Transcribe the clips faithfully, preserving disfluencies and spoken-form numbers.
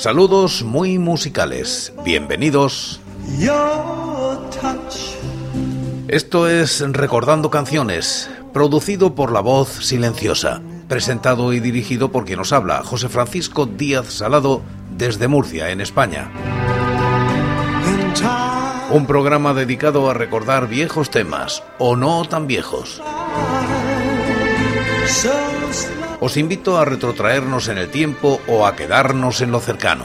Saludos muy musicales, bienvenidos. Esto es Recordando Canciones, producido por La Voz Silenciosa, presentado y dirigido por quien nos habla, José Francisco Díaz Salado, desde Murcia, en España. Un programa dedicado a recordar viejos temas, o no tan viejos. Os invito a retrotraernos en el tiempo o a quedarnos en lo cercano.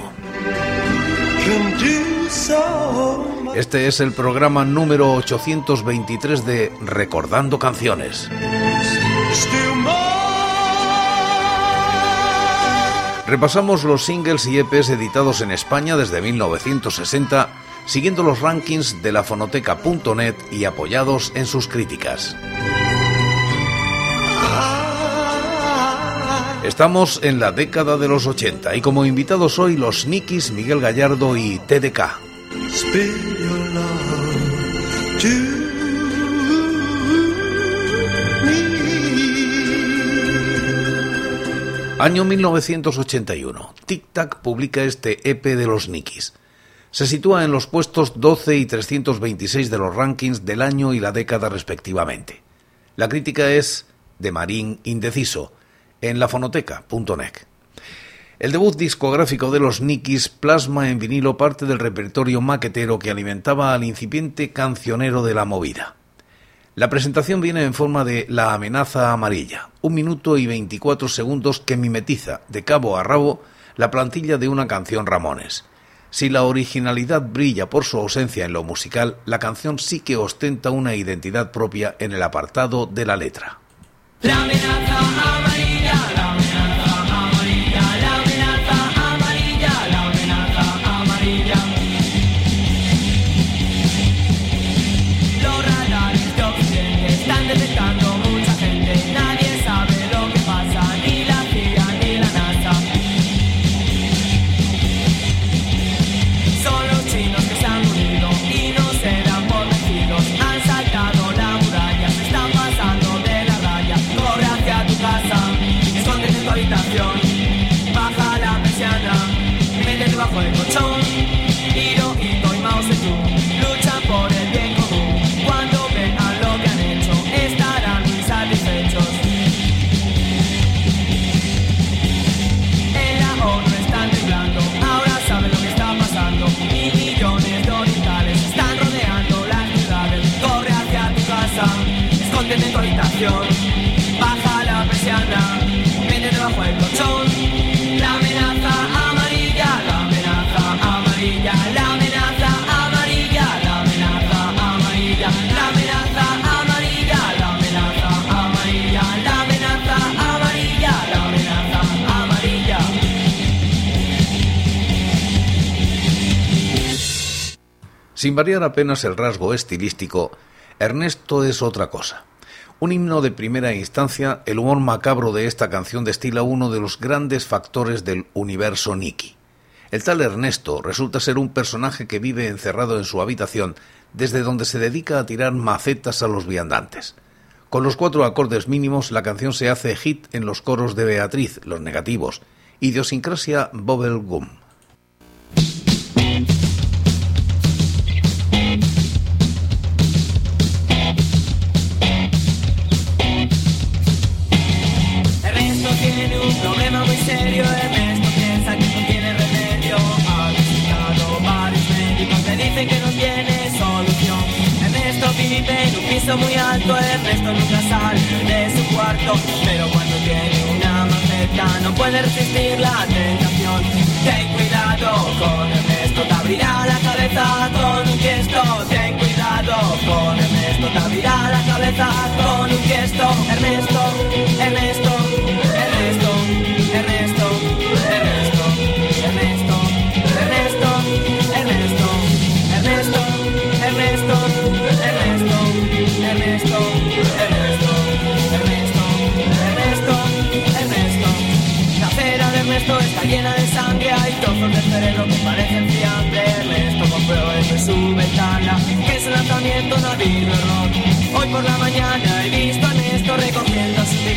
Este es el programa número ochocientos veintitrés de Recordando Canciones. Repasamos los singles y E Pes editados en España desde mil novecientos sesenta, siguiendo los rankings de la fonoteca punto net y apoyados en sus críticas. Estamos en la década de los ochenta y como invitados hoy los Nikis, Miguel Gallardo y T D K. Año mil novecientos ochenta y uno. Tic Tac publica este E Pe de los Nikis. Se sitúa en los puestos doce y trescientos veintiséis de los rankings del año y la década respectivamente. La crítica es de Marín Indeciso, en la fonoteca punto net. El debut discográfico de los Nikis plasma en vinilo parte del repertorio maquetero que alimentaba al incipiente cancionero de la movida. La presentación viene en forma de La Amenaza Amarilla, un minuto y veinticuatro segundos que mimetiza de cabo a rabo la plantilla de una canción Ramones. Si la originalidad brilla por su ausencia en lo musical, la canción sí que ostenta una identidad propia en el apartado de la letra. La amenaza amarilla, la amenaza amarilla, la amenaza amarilla, la amenaza amarilla. Los radares de Occidente están detectando mucha gente. Nadie sabe lo que pasa, ni la C I A ni la NASA. Son los chinos que se han unido y no se dan por vencidos. Han saltado la muralla, se están pasando de la raya. Corre hacia tu casa, escóndete en tu habitación. Baja la persiana, métete bajo el colchón. Hirohito y Mao Zedong luchan por el bien común. Cuando vean lo que han hecho, estarán muy satisfechos. En la ONU están temblando, ahora saben lo que está pasando. Mil millones de orientales están rodeando las ciudades. Corre hacia tu casa, escóndete en tu habitación. Baja la persiana, métete bajo el colchón. La amenaza amarilla, la amenaza amarilla, la amenaza amarilla, la amenaza amarilla, la amenaza amarilla, la amenaza amarilla, la amenaza amarilla, la amenaza amarilla. Sin variar apenas el rasgo estilístico, Ernesto es otra cosa. Un himno de primera instancia, el humor macabro de esta canción destila uno de los grandes factores del universo Niki. El tal Ernesto resulta ser un personaje que vive encerrado en su habitación, desde donde se dedica a tirar macetas a los viandantes. Con los cuatro acordes mínimos, la canción se hace hit en los coros de Beatriz, Los Negativos, Idiosincrasia Bubble Gum. Problema muy serio, Ernesto piensa que no tiene remedio. Ha visitado varios médicos que dicen que no tiene solución. Ernesto vive en un piso muy alto, Ernesto nunca sale de su cuarto. Pero cuando tiene una maceta no puede resistir la tentación. Ten cuidado con Ernesto, te abrirá la cabeza con un gesto. Ten cuidado con Ernesto, te abrirá la cabeza con un gesto. Ernesto, Ernesto, Ernesto, Ernesto, Ernesto, Ernesto, Ernesto, Ernesto, Ernesto, Ernesto, Ernesto, Ernesto, Ernesto, Ernesto, Ernesto, Ernesto. La cera de Ernesto está llena de sangre, hay trozos de cerebro que parecen fiambre. Ernesto compró desde su ventana que es el lanzamiento no ha habido error. Hoy por la mañana he visto a Ernesto recogiendo a sus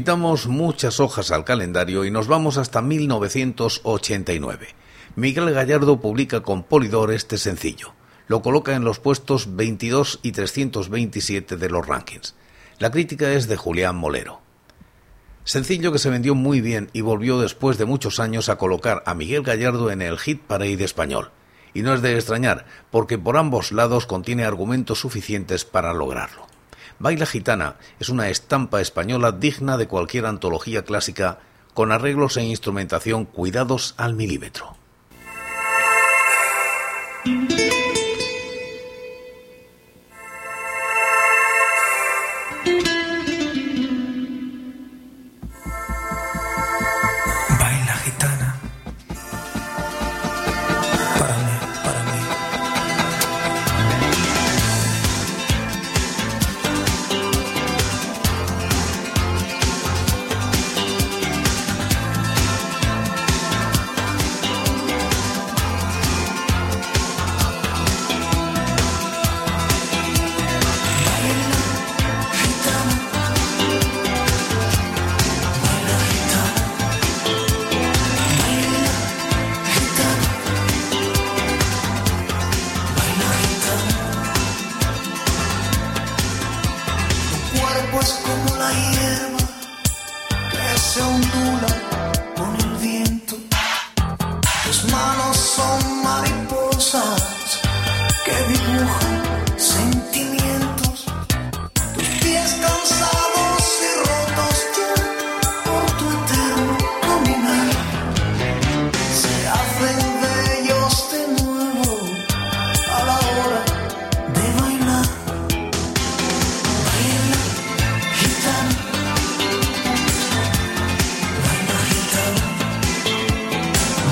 Quitamos muchas hojas al calendario y nos vamos hasta mil novecientos ochenta y nueve. Miguel Gallardo publica con Polydor este sencillo. Lo coloca en los puestos veintidós y trescientos veintisiete de los rankings. La crítica es de Julián Molero. Sencillo que se vendió muy bien y volvió después de muchos años a colocar a Miguel Gallardo en el hit parade español. Y no es de extrañar, porque por ambos lados contiene argumentos suficientes para lograrlo. Baila Gitana es una estampa española digna de cualquier antología clásica, con arreglos e instrumentación cuidados al milímetro.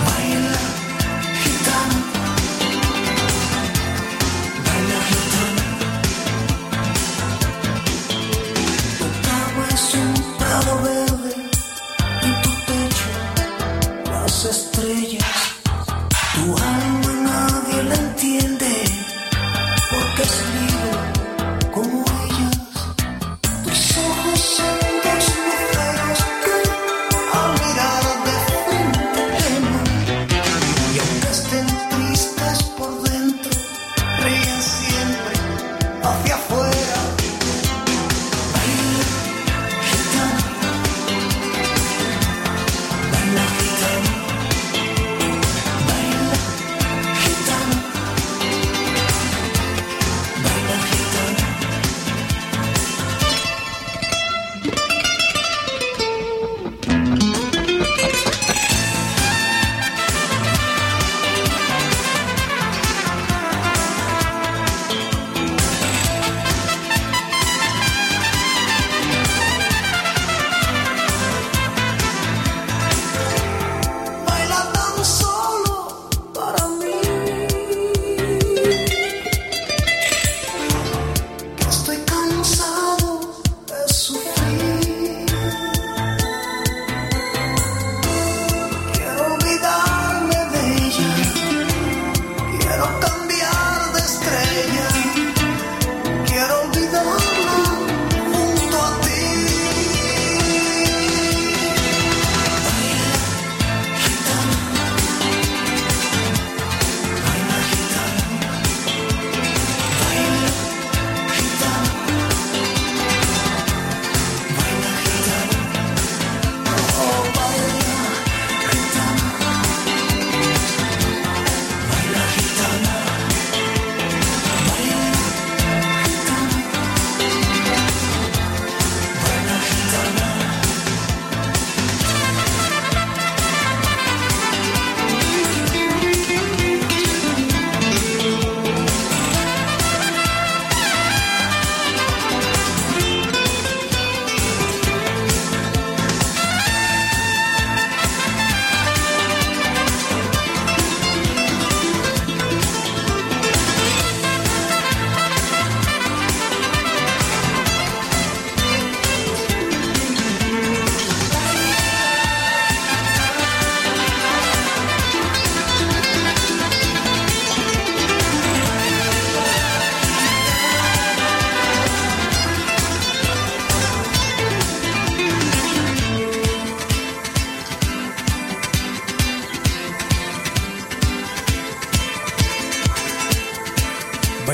Baila gitana,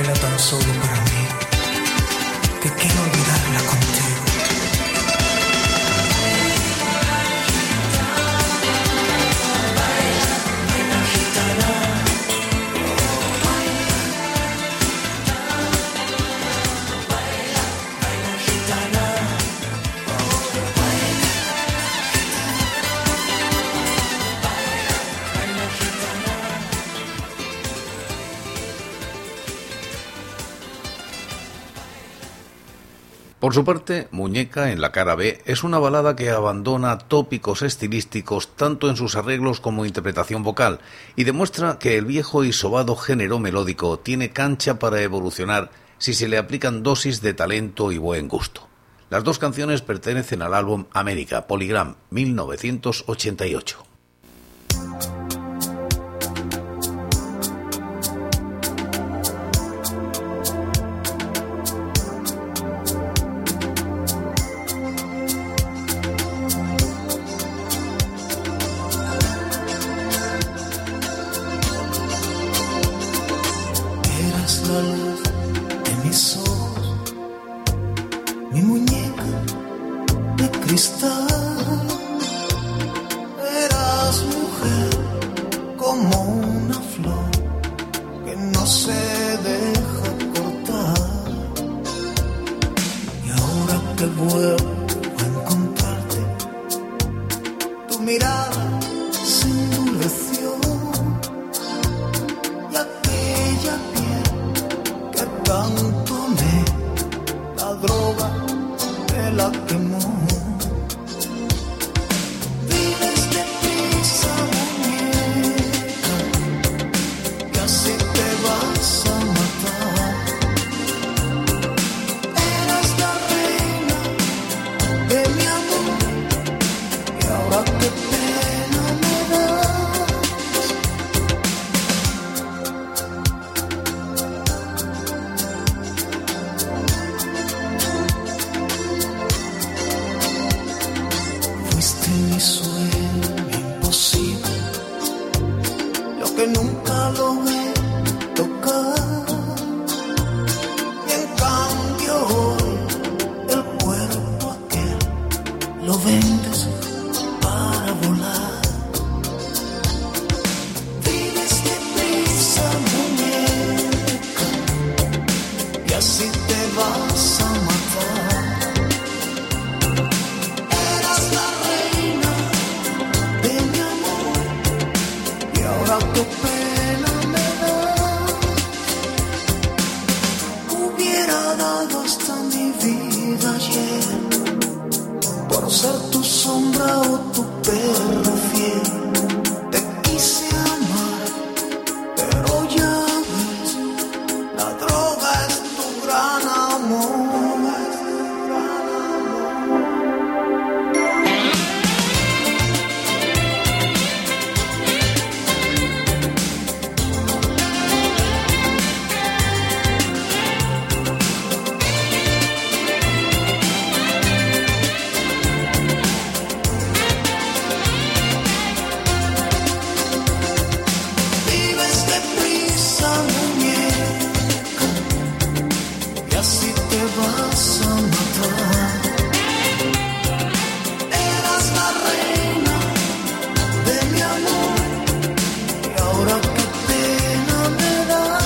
baila tan solo para mí, que quiero olvidarla contigo. Por su parte, Muñeca, en la cara B, es una balada que abandona tópicos estilísticos tanto en sus arreglos como interpretación vocal y demuestra que el viejo y sobado género melódico tiene cancha para evolucionar si se le aplican dosis de talento y buen gusto. Las dos canciones pertenecen al álbum América, Polygram, mil novecientos ochenta y ocho. La luz de mis ojos, mi muñeca de cristal. Eras mujer como una flor que no se deja cortar. Y ahora que vuelvo a encontrarte, tu mirada se endureció y aquella piel que tanto me, la droga me la quemó. Vives deprisa, muñeca, que así te vas a matar. Eras la reina de mi amor y ahora qué pena me das. Fuiste mi sueño imposible, lo que nunca logré tocar. Y en cambio hoy el cuerpo aquel lo vendes para volar. Vives deprisa, muñeca, y así te vas a matar. Eras la reina de mi amor y ahora qué pena me da. Hubiera dado hasta mi vida ayer por ser tu sombra o tu perro fiel. Te quise amar, pero ya ves, la droga es tu gran amor. Vives deprisa, muñeca, y así te vas a matar. Eras la reina de mi amor y ahora qué pena me da.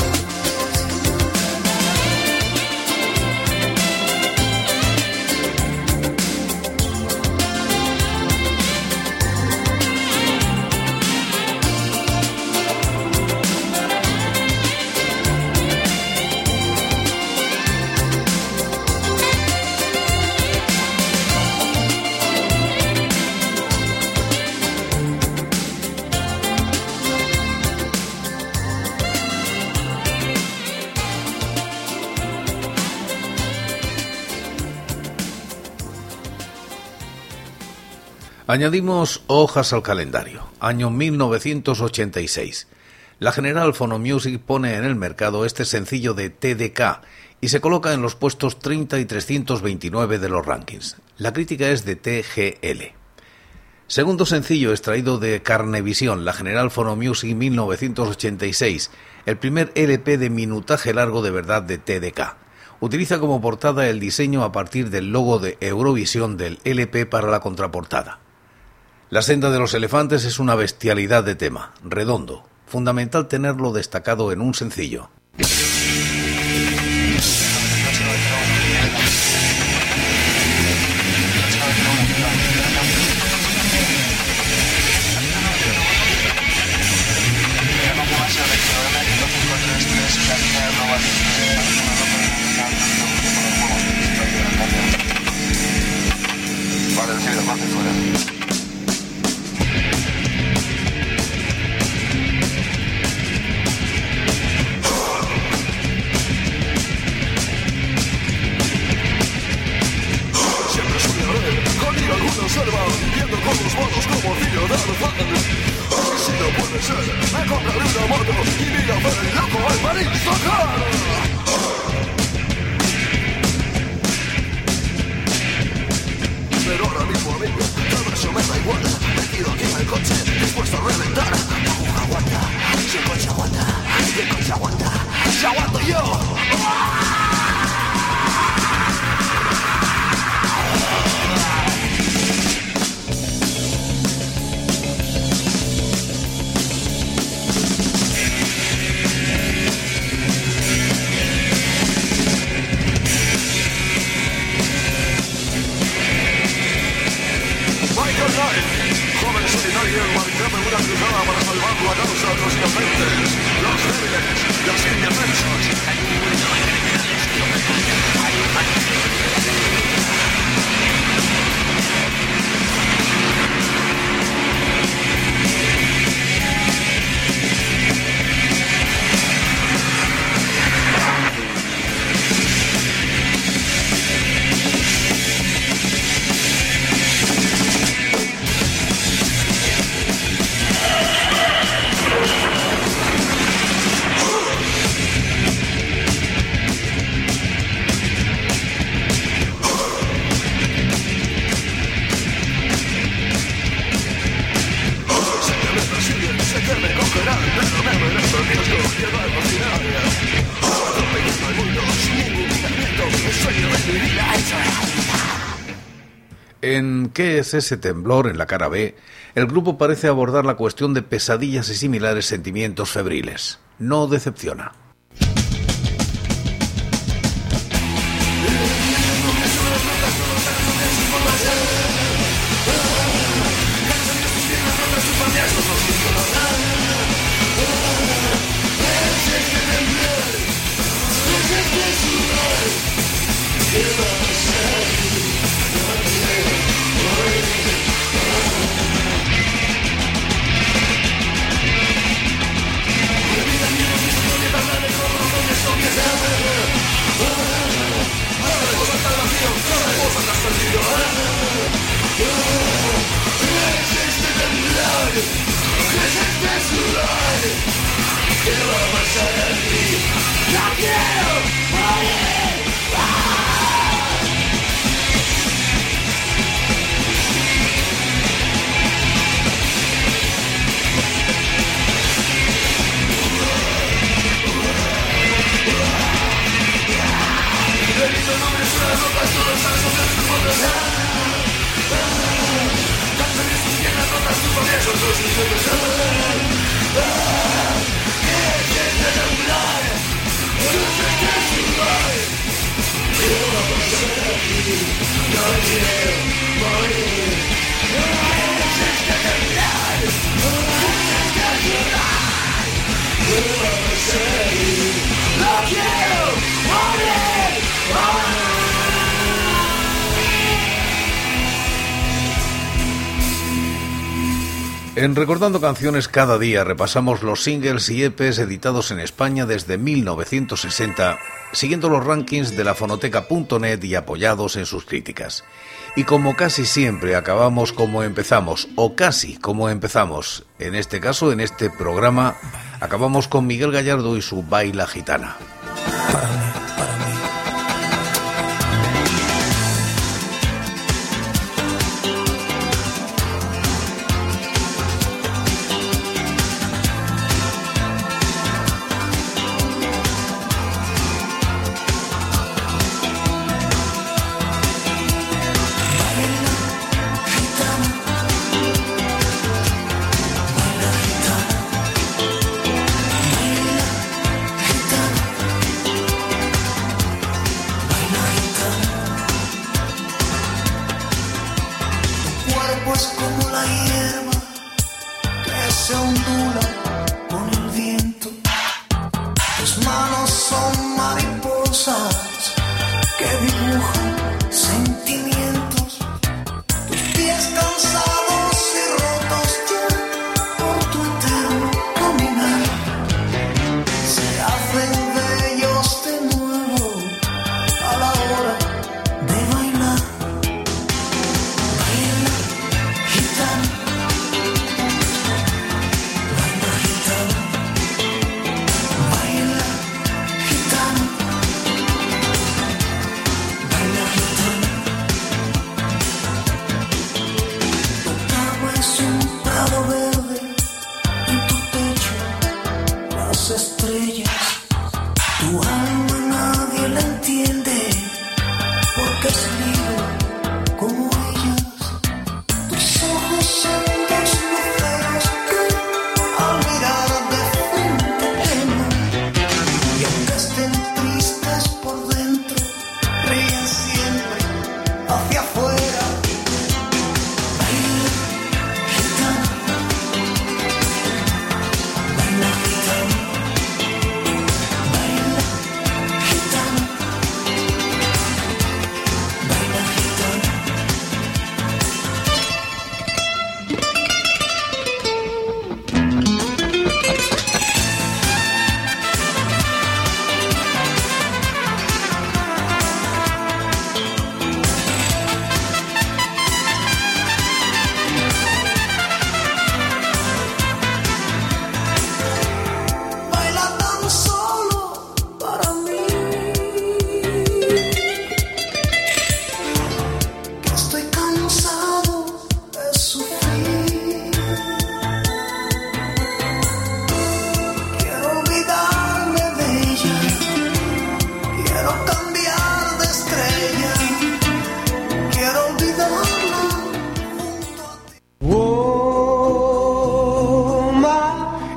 Añadimos hojas al calendario, año mil novecientos ochenta y seis. La General Phonomusic pone en el mercado este sencillo de T D K y se coloca en los puestos treinta y trescientos veintinueve de los rankings. La crítica es de T G L. Segundo sencillo extraído de Carnevisión, la General Phonomusic mil novecientos ochenta y seis, el primer L P de minutaje largo de verdad de T D K. Utiliza como portada el diseño a partir del logo de Eurovisión del L P para la contraportada. La senda de los elefantes es una bestialidad de tema, redondo, fundamental tenerlo destacado en un sencillo. Vale, recibe la parte fuera. Siempre soñaré con ir a alguna selva, viviendo con los monos como Ciro de Arzán. Si no puede ser, me compraré una moto y mira a ver el loco al París tocar. Pero ahora mismo, amigo, todo eso me da igual. Metido aquí en el coche, dispuesto a reventar. Aguanta, si el coche aguanta, si el coche aguanta, si aguanto yo. Joven solitario, marchando en una cruzada para salvar la causa de los inocentes, los débiles, los indefensos. En ¿Qué es ese temblor?, en la cara B, el grupo parece abordar la cuestión de pesadillas y similares sentimientos febriles. No decepciona. En Recordando Canciones cada día repasamos los singles y E Pes editados en España desde mil novecientos sesenta, siguiendo los rankings de la fonoteca punto net y apoyados en sus críticas. Y como casi siempre acabamos como empezamos, o casi como empezamos, en este caso, en este programa, acabamos con Miguel Gallardo y su Baila Gitana. Para mí, para mí.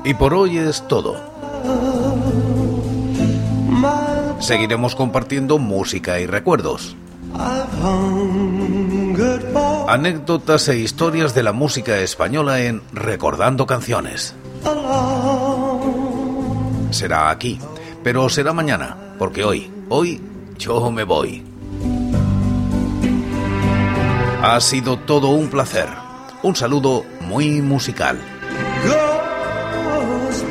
Y por hoy es todo. Seguiremos compartiendo música y recuerdos, anécdotas e historias de la música española en Recordando Canciones. Será aquí, pero será mañana, porque hoy, hoy yo me voy. Ha sido todo un placer. Un saludo muy musical. Goes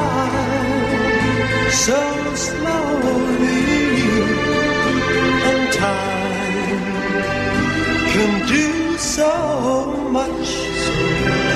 by so slowly, and time can do so much. So